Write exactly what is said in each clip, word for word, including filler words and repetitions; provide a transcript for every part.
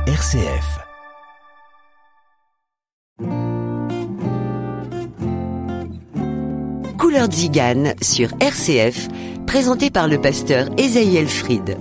R C F. Couleur Tzigane sur R C F, présenté par le pasteur Esaïe Elfried.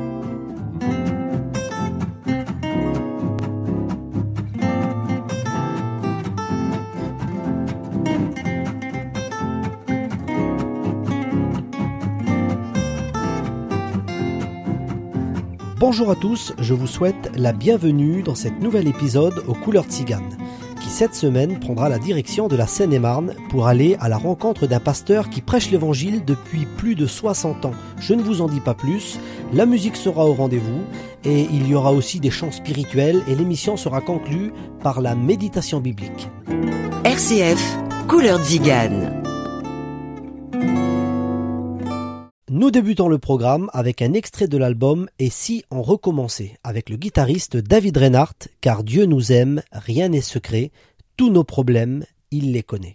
Bonjour à tous, je vous souhaite la bienvenue dans cet nouvel épisode aux Couleurs Tzigane, qui cette semaine prendra la direction de la Seine-et-Marne pour aller à la rencontre d'un pasteur qui prêche l'évangile depuis plus de soixante ans. Je ne vous en dis pas plus, la musique sera au rendez-vous et il y aura aussi des chants spirituels et l'émission sera conclue par la méditation biblique. R C F, Couleur Tzigane. Nous débutons le programme avec un extrait de l'album « Et si on recommençait » avec le guitariste David Reinhardt, car Dieu nous aime, rien n'est secret, tous nos problèmes, il les connaît.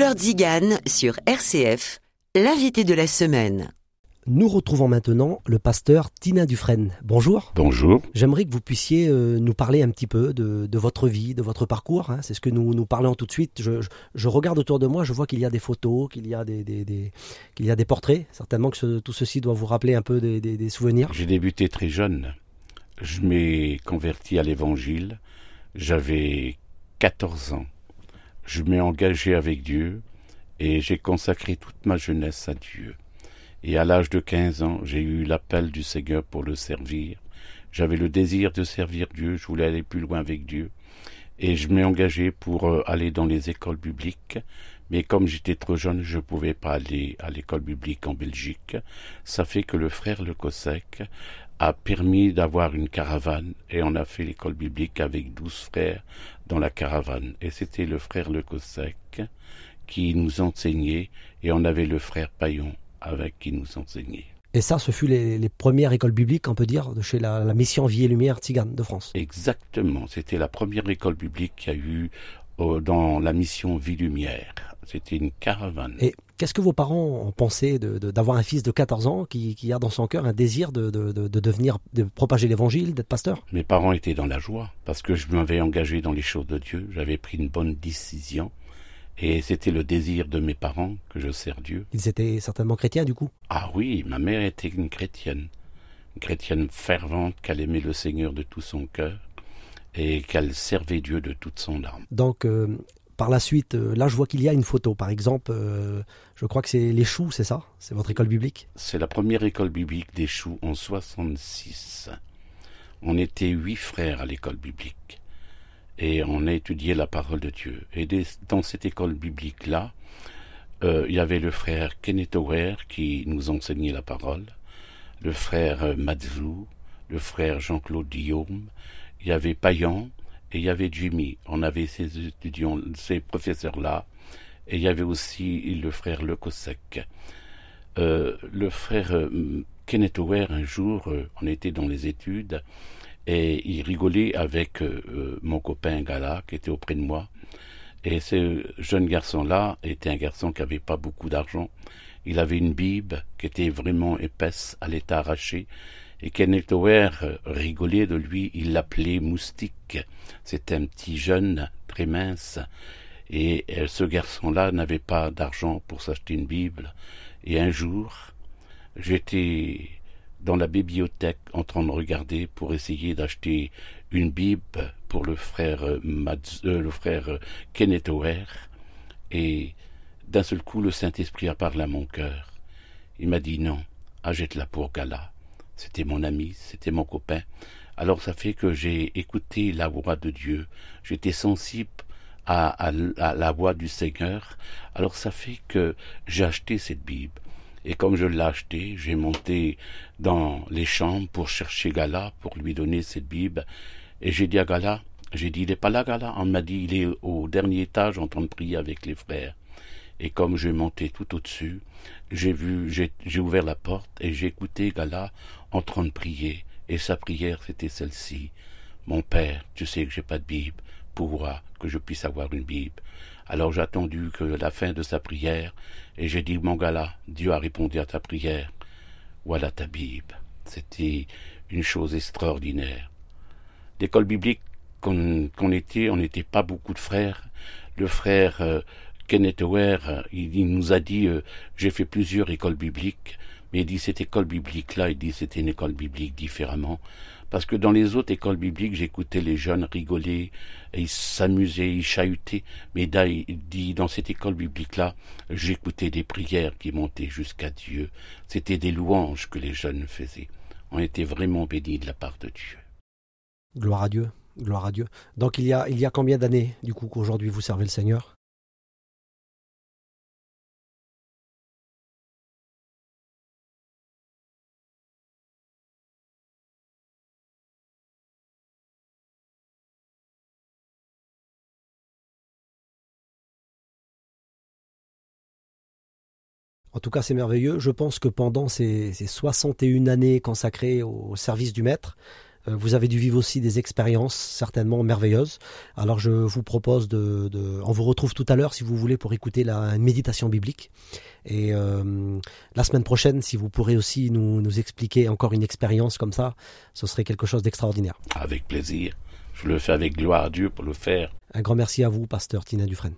Couleur Tzigane sur R C F, l'invité de la semaine. Nous retrouvons maintenant le pasteur Tina Dufresne. Bonjour. Bonjour. J'aimerais que vous puissiez euh, nous parler un petit peu de, de votre vie, de votre parcours. Hein. C'est ce que nous nous parlons tout de suite. Je, je, je regarde autour de moi, je vois qu'il y a des photos, qu'il y a des, des, des, qu'il y a des portraits. Certainement que ce, tout ceci doit vous rappeler un peu des, des, des souvenirs. J'ai débuté très jeune. Je m'ai converti à l'Évangile. J'avais quatorze ans. Je m'ai engagé avec Dieu et j'ai consacré toute ma jeunesse à Dieu. Et à l'âge de quinze ans, j'ai eu l'appel du Seigneur pour le servir. J'avais le désir de servir Dieu, je voulais aller plus loin avec Dieu. Et je m'ai engagé pour euh, aller dans les écoles bibliques. Mais comme j'étais trop jeune, je ne pouvais pas aller à l'école biblique en Belgique. Ça fait que le frère Le Cossec a permis d'avoir une caravane. Et on a fait l'école biblique avec douze frères dans la caravane. Et c'était le frère Le Cossec qui nous enseignait. Et on avait le frère Paillon avec qui nous enseignait. Et ça, ce fut les, les premières écoles bibliques, on peut dire, de chez la, la mission Vie et Lumière Tzigane de France. Exactement, c'était la première école biblique qu'il y a eu euh, dans la mission Vie Lumière. C'était une caravane. Et qu'est-ce que vos parents ont pensé de, de, d'avoir un fils de quatorze ans qui, qui a dans son cœur un désir de, de, de, de devenir, de propager l'évangile, d'être pasteur? Mes parents étaient dans la joie parce que je m'avais engagé dans les choses de Dieu. J'avais pris une bonne décision. Et c'était le désir de mes parents que je sers Dieu. Ils étaient certainement chrétiens du coup? Ah oui, ma mère était une chrétienne. Une chrétienne fervente, qu'elle aimait le Seigneur de tout son cœur et qu'elle servait Dieu de toute son âme. Donc euh, par la suite, euh, là je vois qu'il y a une photo. Par exemple, euh, je crois que c'est les Choux, c'est ça? C'est votre école biblique? C'est la première école biblique des Choux en soixante-six. On était huit frères à l'école biblique. Et on a étudié la parole de Dieu. Et dans cette école biblique-là, euh, il y avait le frère Kenneth Auer qui nous enseignait la parole, le frère Madzou, le frère Jean-Claude Guillaume, il y avait Payan et il y avait Jimmy. On avait ces étudiants, ces professeurs-là, et il y avait aussi le frère Le Cossec. Euh, le frère euh, Kenneth Auer, un jour, euh, on était dans les études, et il rigolait avec euh, mon copain Gala, qui était auprès de moi. Et ce jeune garçon-là était un garçon qui n'avait pas beaucoup d'argent. Il avait une Bible qui était vraiment épaisse, à l'état arraché. Et Kenneth Auer rigolait de lui, il l'appelait Moustique. C'était un petit jeune, très mince. Et euh, ce garçon-là n'avait pas d'argent pour s'acheter une Bible. Et un jour, j'étais dans la bibliothèque en train de regarder pour essayer d'acheter une Bible pour le frère, Mads, euh, le frère Kenneth Auer. Et d'un seul coup, le Saint-Esprit a parlé à mon cœur. Il m'a dit non, achète-la pour Gala. C'était mon ami, c'était mon copain. Alors ça fait que j'ai écouté la voix de Dieu. J'étais sensible à, à, à la voix du Seigneur. Alors ça fait que j'ai acheté cette Bible. Et comme je l'ai acheté, j'ai monté dans les chambres pour chercher Gala, pour lui donner cette Bible. Et j'ai dit à Gala, j'ai dit, il n'est pas là, Gala. On m'a dit, il est au dernier étage en train de prier avec les frères. Et comme je montais tout au-dessus, j'ai vu, j'ai, j'ai ouvert la porte et j'ai écouté Gala en train de prier. Et sa prière, c'était celle-ci. Mon père, tu sais que j'ai pas de Bible, pourra que je puisse avoir une Bible. Alors j'ai attendu que la fin de sa prière, et j'ai dit, mon Gala, Dieu a répondu à ta prière. Voilà ta Bible. C'était une chose extraordinaire. L'école biblique qu'on, qu'on était, on n'était pas beaucoup de frères. Le frère euh, Kenneth Auer, euh, il, il nous a dit, euh, j'ai fait plusieurs écoles bibliques, mais il dit, cette école biblique-là, il dit, c'était une école biblique différemment. Parce que dans les autres écoles bibliques, j'écoutais les jeunes rigoler, et ils s'amusaient, ils chahutaient. Mais là, il dit, dans cette école biblique-là, j'écoutais des prières qui montaient jusqu'à Dieu. C'était des louanges que les jeunes faisaient. On était vraiment bénis de la part de Dieu. Gloire à Dieu, gloire à Dieu. Donc il y a, il y a combien d'années, du coup, qu'aujourd'hui vous servez le Seigneur ? En tout cas, c'est merveilleux. Je pense que pendant ces, ces soixante et une années consacrées au service du Maître, Vous avez dû vivre aussi des expériences certainement merveilleuses. Alors je vous propose de, de on vous retrouve tout à l'heure si vous voulez pour écouter la une méditation biblique. Et euh, la semaine prochaine, si vous pourrez aussi nous, nous expliquer encore une expérience comme ça, ce serait quelque chose d'extraordinaire. Avec plaisir. Je le fais avec gloire à Dieu pour le faire. Un grand merci à vous, pasteur Tina Dufresne.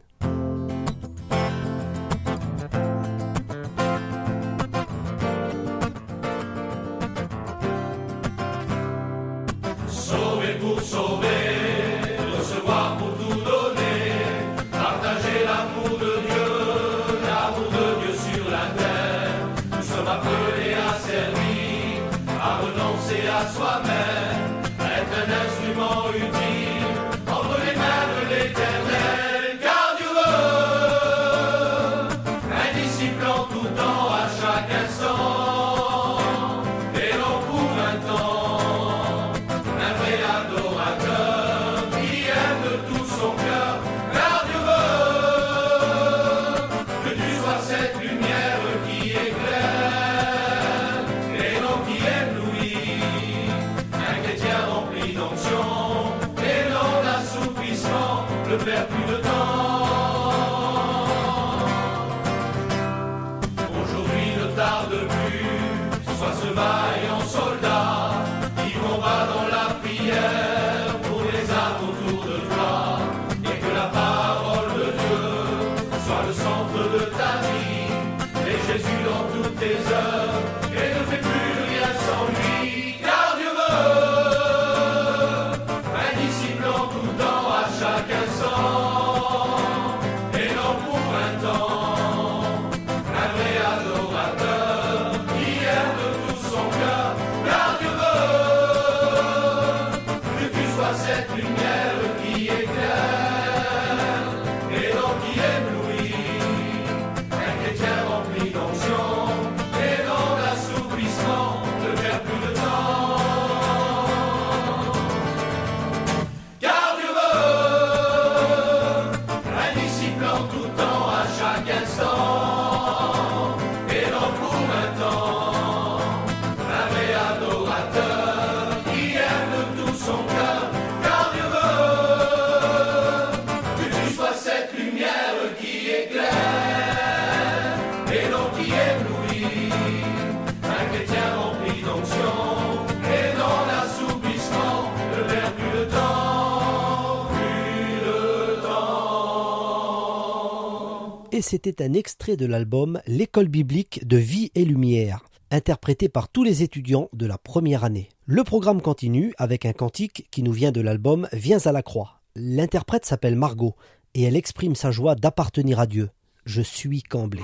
Et c'était un extrait de l'album L'école biblique de vie et lumière, interprété par tous les étudiants de la première année. Le programme continue avec un cantique qui nous vient de l'album Viens à la croix. L'interprète s'appelle Margot et elle exprime sa joie d'appartenir à Dieu. Je suis comblé.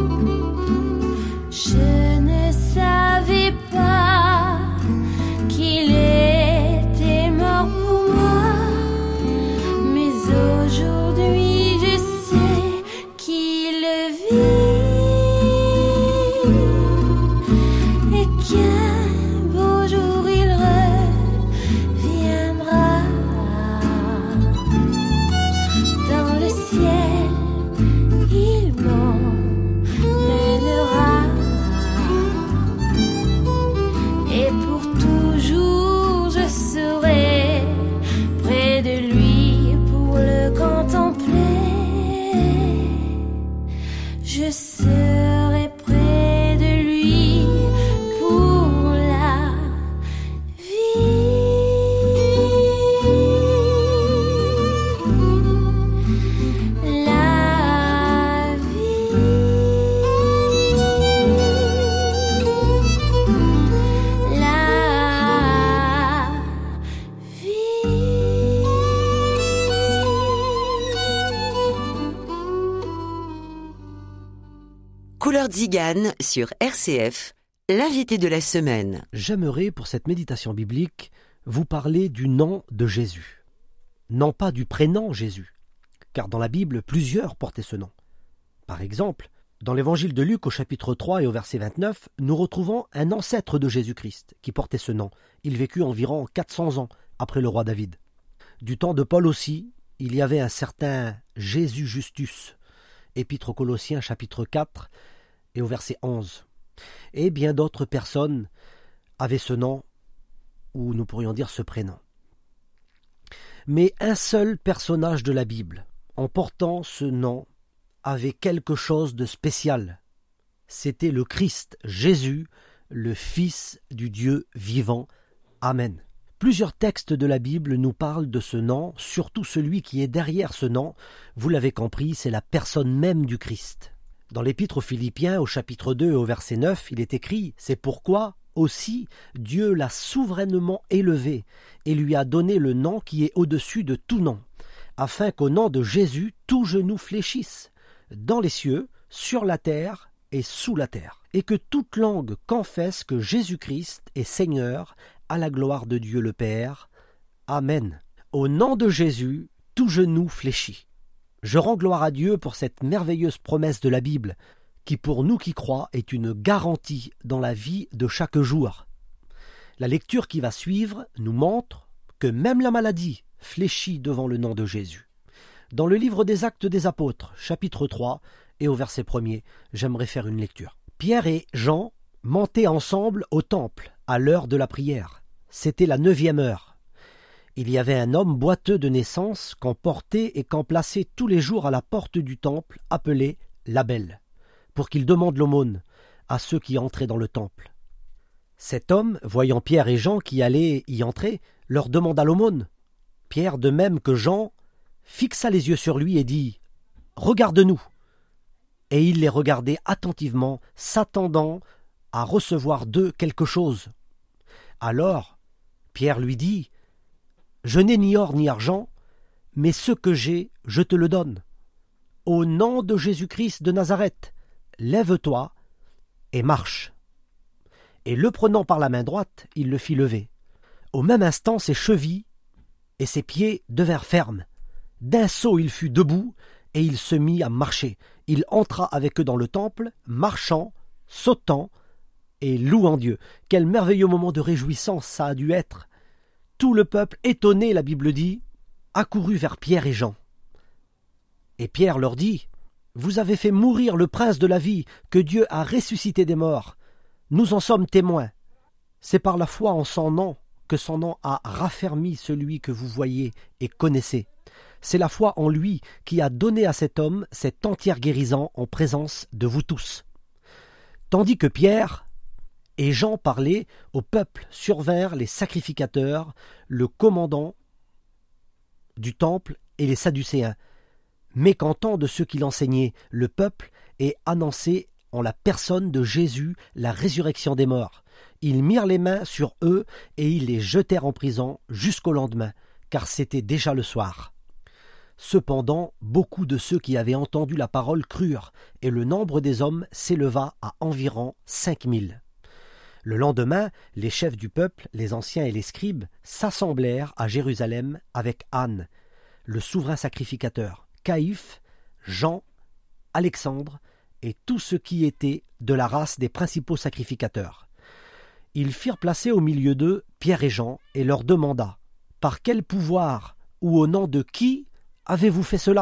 Je ne savais pas qu'il couleurs Tziganes sur R C F, l'invité de la semaine. J'aimerais, pour cette méditation biblique, vous parler du nom de Jésus. Non pas du prénom Jésus, car dans la Bible, plusieurs portaient ce nom. Par exemple, dans l'évangile de Luc au chapitre trois et au verset vingt-neuf, nous retrouvons un ancêtre de Jésus-Christ qui portait ce nom. Il vécut environ quatre cents ans après le roi David. Du temps de Paul aussi, il y avait un certain Jésus Justus, épître aux Colossiens chapitre quatre et au verset onze. Et bien d'autres personnes avaient ce nom, ou nous pourrions dire ce prénom. Mais un seul personnage de la Bible, en portant ce nom, avait quelque chose de spécial. C'était le Christ, Jésus, le Fils du Dieu vivant. Amen. Plusieurs textes de la Bible nous parlent de ce nom, surtout celui qui est derrière ce nom. Vous l'avez compris, c'est la personne même du Christ. Dans l'Épître aux Philippiens, au chapitre deux, au verset neuf, il est écrit « C'est pourquoi aussi Dieu l'a souverainement élevé et lui a donné le nom qui est au-dessus de tout nom, afin qu'au nom de Jésus, tout genou fléchisse, dans les cieux, sur la terre et sous la terre, et que toute langue confesse que Jésus-Christ est Seigneur, à la gloire de Dieu le Père. Amen. Au nom de Jésus, tout genou fléchit. Je rends gloire à Dieu pour cette merveilleuse promesse de la Bible, qui pour nous qui croient est une garantie dans la vie de chaque jour. La lecture qui va suivre nous montre que même la maladie fléchit devant le nom de Jésus. Dans le livre des Actes des Apôtres, chapitre trois, et au verset premier, j'aimerais faire une lecture. Pierre et Jean montaient ensemble au temple à l'heure de la prière. C'était la neuvième heure. Il y avait un homme boiteux de naissance qu'on portait et qu'on plaçait tous les jours à la porte du temple, appelé Label, pour qu'il demande l'aumône à ceux qui entraient dans le temple. Cet homme, voyant Pierre et Jean qui allaient y entrer, leur demanda l'aumône. Pierre, de même que Jean, fixa les yeux sur lui et dit « Regarde-nous !» Et il les regardait attentivement, s'attendant à recevoir d'eux quelque chose. Alors, Pierre lui dit « Je n'ai ni or ni argent, mais ce que j'ai, je te le donne. Au nom de Jésus-Christ de Nazareth, lève-toi et marche. » Et le prenant par la main droite, il le fit lever. Au même instant, ses chevilles et ses pieds devinrent fermes. D'un saut, il fut debout et il se mit à marcher. Il entra avec eux dans le temple, marchant, sautant et louant Dieu. Quel merveilleux moment de réjouissance ça a dû être. Tout le peuple, étonné, la Bible dit, accourut vers Pierre et Jean. Et Pierre leur dit, « Vous avez fait mourir le prince de la vie, que Dieu a ressuscité des morts. Nous en sommes témoins. C'est par la foi en son nom que son nom a raffermi celui que vous voyez et connaissez. C'est la foi en lui qui a donné à cet homme cette entière guérison en présence de vous tous. » Tandis que Pierre et Jean parlaient, au peuple survinrent les sacrificateurs, le commandant du temple et les Sadducéens, mécontents de ce qu'il enseignait le peuple et annonçait en la personne de Jésus la résurrection des morts. Ils mirent les mains sur eux et ils les jetèrent en prison jusqu'au lendemain, car c'était déjà le soir. Cependant, beaucoup de ceux qui avaient entendu la parole crurent, et le nombre des hommes s'éleva à environ cinq mille. Le lendemain, les chefs du peuple, les anciens et les scribes, s'assemblèrent à Jérusalem avec Anne, le souverain sacrificateur, Caïphe, Jean, Alexandre et tous ceux qui étaient de la race des principaux sacrificateurs. Ils firent placer au milieu d'eux Pierre et Jean et leur demanda « Par quel pouvoir ou au nom de qui avez-vous fait cela ?»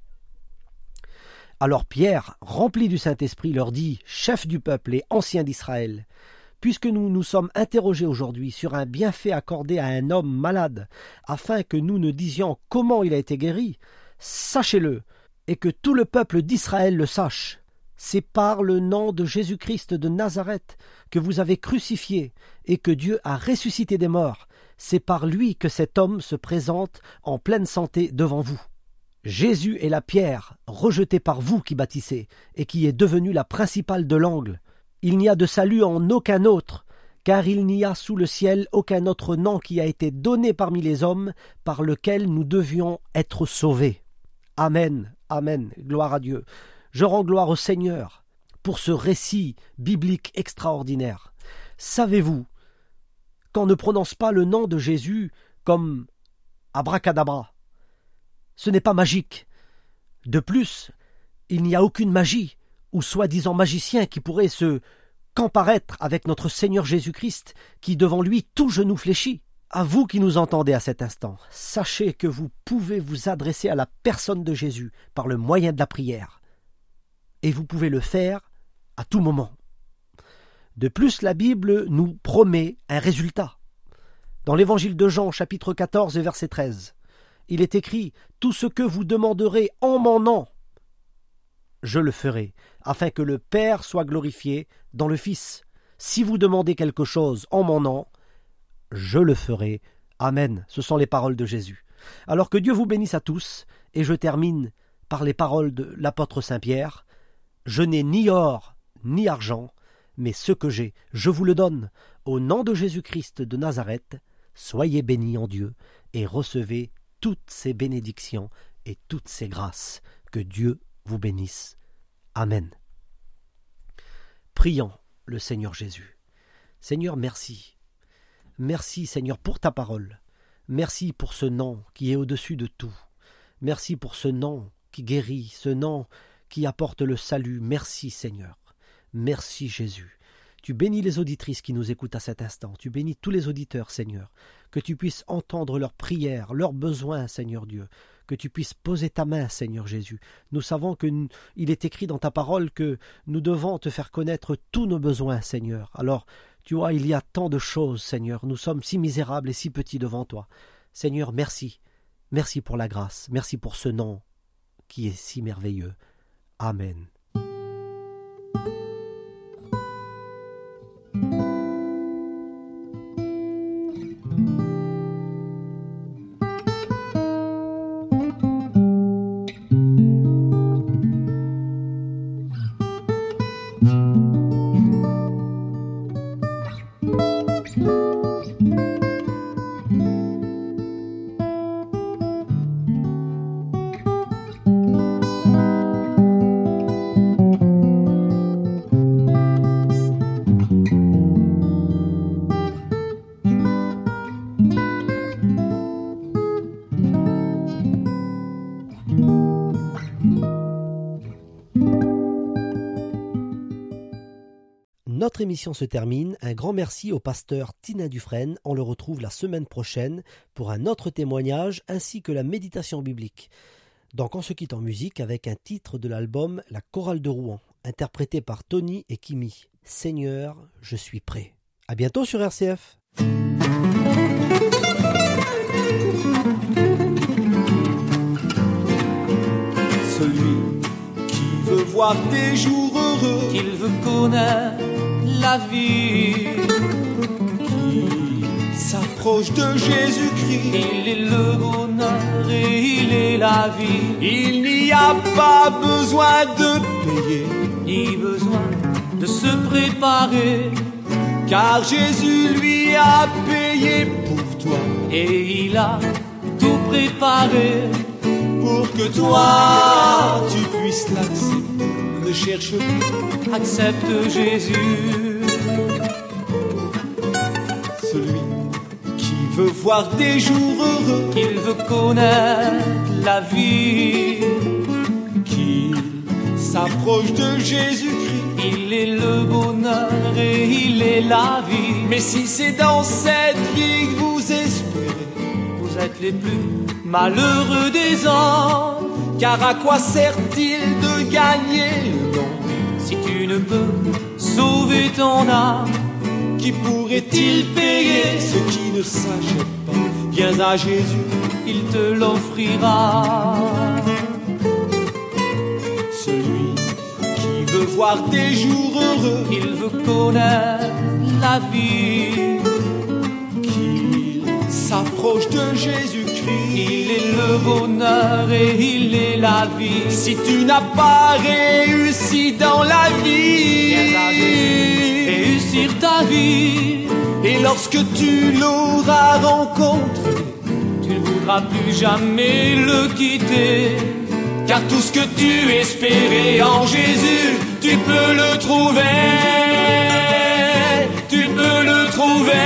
Alors Pierre, rempli du Saint-Esprit, leur dit « Chefs du peuple et anciens d'Israël, puisque nous nous sommes interrogés aujourd'hui sur un bienfait accordé à un homme malade, afin que nous ne disions comment il a été guéri, sachez-le, et que tout le peuple d'Israël le sache. C'est par le nom de Jésus-Christ de Nazareth que vous avez crucifié et que Dieu a ressuscité des morts. C'est par lui que cet homme se présente en pleine santé devant vous. Jésus est la pierre rejetée par vous qui bâtissez et qui est devenue la principale de l'angle. Il n'y a de salut en aucun autre, car il n'y a sous le ciel aucun autre nom qui a été donné parmi les hommes par lequel nous devions être sauvés. Amen, amen, gloire à Dieu. Je rends gloire au Seigneur pour ce récit biblique extraordinaire. Savez-vous qu'on ne prononce pas le nom de Jésus comme abracadabra? Ce n'est pas magique. De plus, il n'y a aucune magie ou soi-disant magicien qui pourrait se comparaître avec notre Seigneur Jésus-Christ, qui devant lui tout genou fléchit. À vous qui nous entendez à cet instant, sachez que vous pouvez vous adresser à la personne de Jésus par le moyen de la prière. Et vous pouvez le faire à tout moment. De plus, la Bible nous promet un résultat. Dans l'évangile de Jean, chapitre quatorze, verset treize, il est écrit « Tout ce que vous demanderez en mon nom, je le ferai, afin que le Père soit glorifié dans le Fils. Si vous demandez quelque chose en mon nom, je le ferai. Amen. » Ce sont les paroles de Jésus. Alors que Dieu vous bénisse à tous, et je termine par les paroles de l'apôtre Saint-Pierre. Je n'ai ni or ni argent, mais ce que j'ai, je vous le donne. Au nom de Jésus-Christ de Nazareth, soyez bénis en Dieu et recevez toutes ces bénédictions et toutes ces grâces. Que Dieu vous bénisse. Amen. Prions le Seigneur Jésus. Seigneur, merci. Merci Seigneur pour ta parole. Merci pour ce nom qui est au-dessus de tout. Merci pour ce nom qui guérit, ce nom qui apporte le salut. Merci Seigneur. Merci Jésus. Tu bénis les auditrices qui nous écoutent à cet instant. Tu bénis tous les auditeurs, Seigneur. Que tu puisses entendre leurs prières, leurs besoins, Seigneur Dieu. Que tu puisses poser ta main, Seigneur Jésus. Nous savons qu'il est écrit dans ta parole que nous devons te faire connaître tous nos besoins, Seigneur. Alors, tu vois, il y a tant de choses, Seigneur. Nous sommes si misérables et si petits devant toi. Seigneur, merci. Merci pour la grâce. Merci pour ce nom qui est si merveilleux. Amen. Notre émission se termine. Un grand merci au pasteur Tinin Dufresne. On le retrouve la semaine prochaine pour un autre témoignage ainsi que la méditation biblique. Donc on se quitte en musique avec un titre de l'album La Chorale de Rouen, interprété par Tony et Kimi. Seigneur, je suis prêt. À bientôt sur R C F. Celui qui veut voir des jours heureux, qu'il veut connaître la vie, qui s'approche de Jésus-Christ, il est le bonheur et il est la vie. il n'y a pas besoin de payer, Ni besoin de se préparer, car Jésus lui a payé pour toi, et il a tout préparé pour que toi tu puisses l'accepter. Ne cherche plus, accepte Jésus. celui qui veut voir des jours heureux, qu'il veut connaître la vie, qu'il s'approche de Jésus-Christ. il est le bonheur et il est la vie. Mais si c'est dans cette vie que vous espérez, Vous êtes les plus malheureux des hommes, car à quoi sert-il de gagner le monde? si tu ne peux sauver ton âme. Qui pourrait-il payer ce qui ne s'achète pas? Viens à Jésus, Il te l'offrira. celui qui veut voir des jours heureux, Il veut connaître la vie, qu'il s'approche de Jésus-Christ. il est le bonheur et il est la vie. Si tu n'as pas réussi dans la Viens à Jésus, vie, réussir ta vie, et lorsque tu l'auras rencontré, tu ne voudras plus jamais le quitter. car tout ce que tu espérais en Jésus, tu peux le trouver, tu peux le trouver.